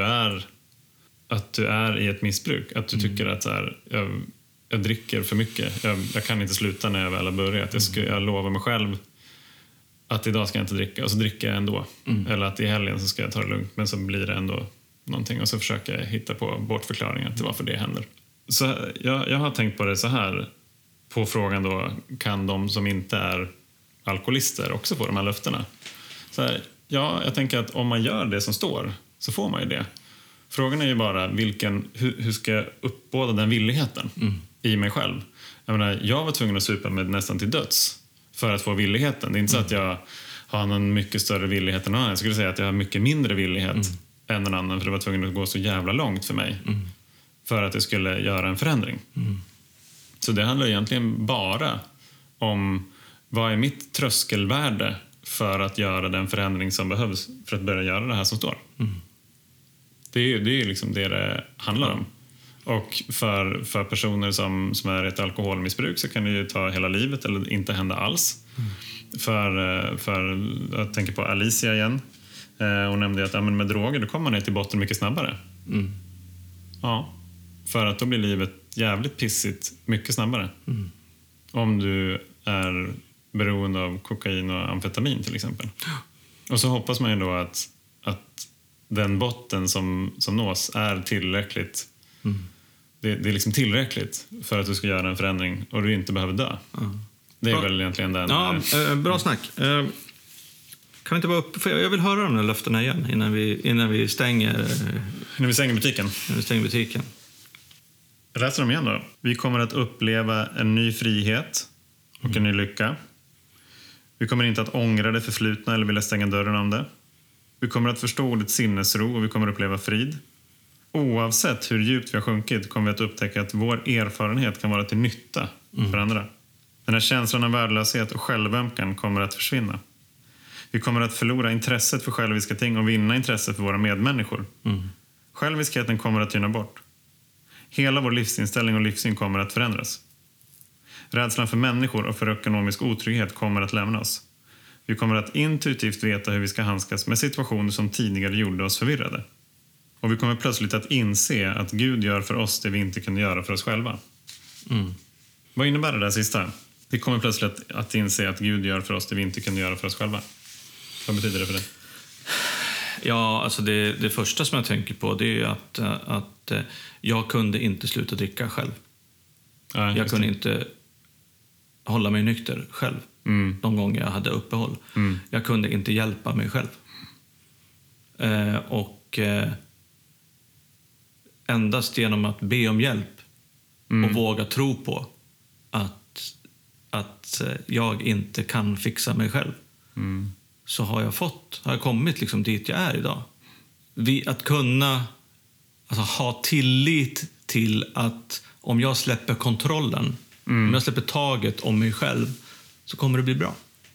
du är i ett missbruk, att du tycker att så här, jag dricker för mycket. Jag kan inte sluta när jag väl har börjat. Jag lovar mig själv att idag ska jag inte dricka. Och så dricker jag ändå. Eller att i helgen så ska jag ta det lugnt. Men så blir det ändå någonting. Och så försöker jag hitta på bortförklaringar till varför det händer. Så jag har tänkt på det så här. På frågan då, kan de som inte är alkoholister också få de här löftena? Så här, ja, jag tänker att om man gör det som står så får man ju det. Frågan är ju bara hur ska jag uppbåda den villigheten i mig själv? Jag var tvungen att supa med nästan till döds för att få villigheten. Det är inte så att jag har någon mycket större villighet än någon annan. Jag skulle säga att jag har mycket mindre villighet än någon annan, för det var tvungen att gå så jävla långt för mig för att jag skulle göra en förändring. Så det handlar egentligen bara om vad är mitt tröskelvärde för att göra den förändring som behövs för att börja göra det här som står. Det är liksom det handlar om. Och för personer som är ett alkoholmissbruk så kan det ju ta hela livet eller inte hända alls. För jag tänker på Alicia igen. Hon nämnde att med droger då kommer man ner till botten mycket snabbare. Ja, för att då blir livet jävligt pissigt mycket snabbare. Om du är beroende av kokain och amfetamin till exempel. Och så hoppas man ju då att den botten som nås är tillräckligt. Det är liksom tillräckligt för att du ska göra en förändring och du inte behöver dö. Det är väl egentligen den... Ja, bra snack. Kan vi inte vara uppe? För jag vill höra de där löftena igen innan vi stänger... När vi stänger butiken. När vi stänger butiken. Jag läser dem igen då. Vi kommer att uppleva en ny frihet och en ny lycka. Vi kommer inte att ångra det förflutna eller vilja stänga dörren om det. Vi kommer att förstå ordet sinnesro och vi kommer att uppleva frid. Oavsett hur djupt vi har sjunkit kommer vi att upptäcka att vår erfarenhet kan vara till nytta för andra. Den här känslan av värdelöshet och självömkan kommer att försvinna. Vi kommer att förlora intresset för själviska ting och vinna intresset för våra medmänniskor. Själviskheten kommer att tyna bort. Hela vår livsinställning och livssyn kommer att förändras. Rädslan för människor och för ekonomisk otrygghet kommer att lämna oss. Vi kommer att intuitivt veta hur vi ska handskas med situationer som tidigare gjorde oss förvirrade. Och vi kommer plötsligt att inse att Gud gör för oss det vi inte kunde göra för oss själva. Vad innebär det där sista? Vi kommer plötsligt att inse att Gud gör för oss det vi inte kunde göra för oss själva. Vad betyder det för dig? Ja, alltså det första som jag tänker på, det är att jag kunde inte sluta dricka själv. Ja, jag kunde inte hålla mig nykter själv de gånger jag hade uppehåll. Jag kunde inte hjälpa mig själv. Och endast genom att be om hjälp och våga tro på att jag inte kan fixa mig själv, så har jag kommit liksom dit jag är idag. Att kunna ha tillit till att om jag släpper kontrollen, om jag släpper taget om mig själv, så kommer det bli bra.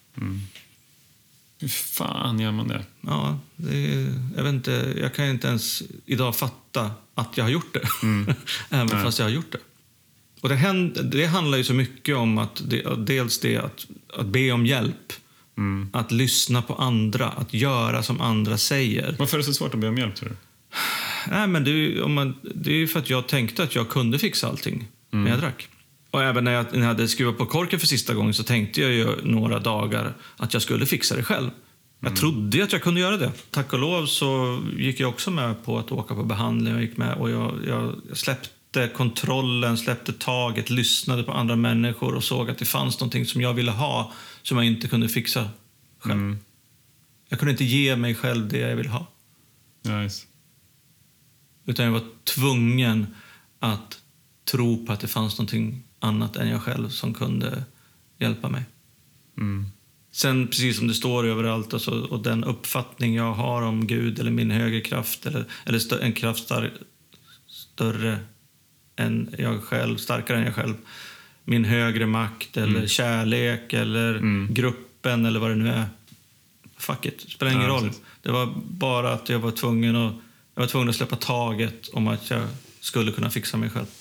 Hur fan gör man det? Ja, jag vet inte, jag kan inte ens idag fatta att jag har gjort det. Även fast jag har gjort det. Och det handlar ju så mycket om att dels det att be om hjälp, att lyssna på andra, att göra som andra säger. Varför är det så svårt att be om hjälp, tror du? Nej, men det är ju för att jag tänkte att jag kunde fixa allting när jag drack. Och även när jag hade skruvat på korken för sista gången, så tänkte jag ju några dagar att jag skulle fixa det själv. Jag trodde att jag kunde göra det. Tack och lov så gick jag också med på att åka på behandling. Jag gick med och jag släppte kontrollen, släppte taget, lyssnade på andra människor och såg att det fanns någonting som jag ville ha som jag inte kunde fixa själv. Jag kunde inte ge mig själv det jag ville ha. Nice. Utan jag var tvungen att tro på att det fanns någonting annat än jag själv som kunde hjälpa mig. Sen, precis som det står överallt, och den uppfattning jag har om Gud eller min högre kraft eller en kraft större än jag själv, starkare än jag själv, min högre makt eller kärlek eller gruppen eller vad det nu är. Fuck it, det spelar ingen roll. Precis. Det var bara att jag var tvungen att släppa taget om att jag skulle kunna fixa mig själv.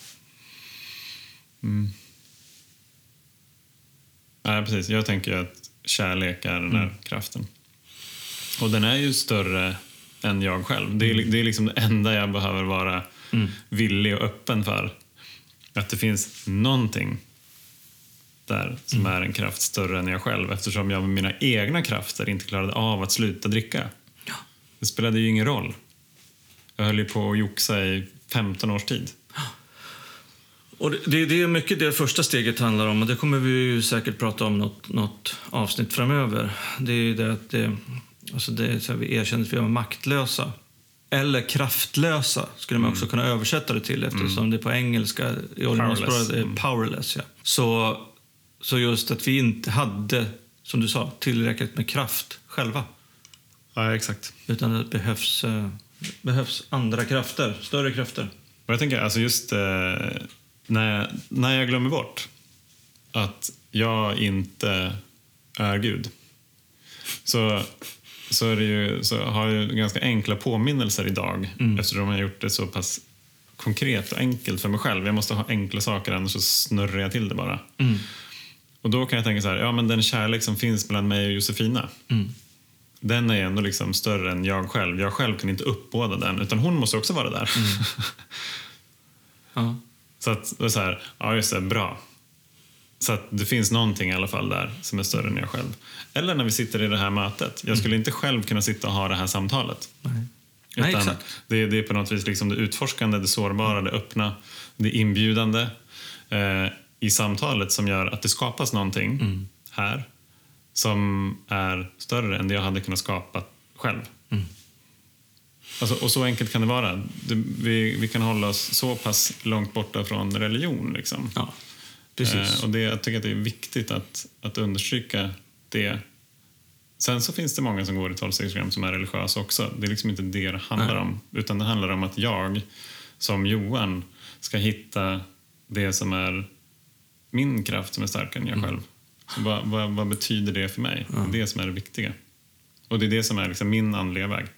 Ja, precis. Jag tänker att kärlek är den här kraften. Och den är ju större än jag själv. Det är liksom det enda jag behöver vara villig och öppen för. Att det finns någonting där som är en kraft större än jag själv. Eftersom jag med mina egna krafter inte klarade av att sluta dricka. Ja. Det spelade ju ingen roll. Jag höll ju på att joxa i 15 års tid. Och det är mycket det första steget handlar om, och det kommer vi ju säkert prata om något avsnitt framöver. Det är ju det att så vi erkänner att vi är maktlösa. Eller kraftlösa skulle man också kunna översätta det till, eftersom det på engelska i originalspråket är powerless. Ja. Så just att vi inte hade, som du sa, tillräckligt med kraft själva. Ja, exakt. Utan det behövs andra krafter, större krafter. Och jag tänker, alltså just när jag glömmer bort att jag inte är Gud, så har jag ganska enkla påminnelser idag, eftersom jag har gjort det så pass konkret och enkelt för mig själv. Jag måste ha enkla saker, annars så snurrar jag till det bara. Och då kan jag tänka så här, ja, men den kärlek som finns mellan mig och Josefina, den är ändå liksom större än jag själv. Jag själv kan inte uppbåda den, utan hon måste också vara där. Ja. Så att det är så här, ja just det, bra. Så att det finns någonting i alla fall där som är större än jag själv. Eller när vi sitter i det här mötet. Jag skulle inte själv kunna sitta och ha det här samtalet. Nej, Utan exakt. det är på något vis liksom det utforskande, det sårbara, det öppna, det inbjudande i samtalet som gör att det skapas någonting här som är större än det jag hade kunnat skapa själv. Alltså, och så enkelt kan det vara. Vi kan hålla oss så pass långt borta från religion. Liksom. Ja, precis. Och jag tycker att det är viktigt att understryka det. Sen så finns det många som går i 12-stegsprogram som är religiösa också. Det är liksom inte det handlar om. Utan det handlar om att jag som Johan ska hitta det som är min kraft som är starkare än jag själv. Så vad betyder det för mig? Det är det som är det viktiga. Och det är det som är liksom min andliga väg.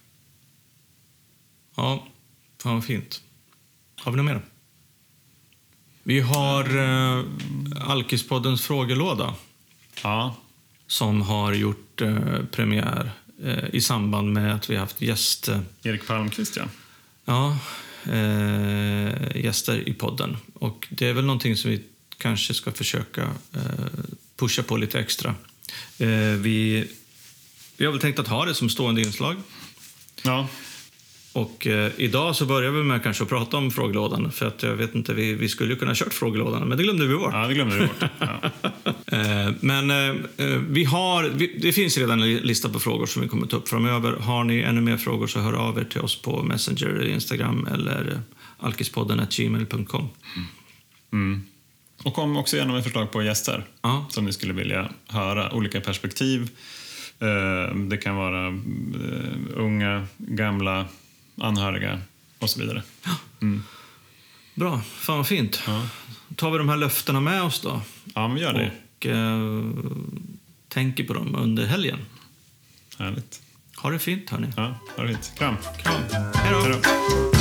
Ja, fan vad fint. Har vi något mer? Vi har Alkispoddens frågelåda. Ja. Som har gjort premiär i samband med att vi har haft Erik Palmqvist, ja. Ja, gäster i podden. Och det är väl någonting som vi kanske ska försöka pusha på lite extra. Vi har väl tänkt att ha det som stående inslag. Ja. Och idag så börjar vi med kanske att prata om frågelådan. För att jag vet inte, vi skulle ju kunna ha kört frågelådan, men det glömde vi bort. Ja, det glömde vi bort. Ja. Det finns redan en lista på frågor som vi kommer ta upp framöver. Har ni ännu mer frågor så hör av er till oss på Messenger, Instagram eller alkispodden@gmail.com. Och kom också gärna med förslag på gäster som ni skulle vilja höra. Olika perspektiv. Det kan vara unga, gamla, anhöriga och så vidare. Bra, fan vad fint. Tar vi de här löftena med oss då? Ja, men gör det. Och tänker på dem under helgen. Härligt. Ha det fint, hörni. Ja, ha det fint. Kram. Hej då.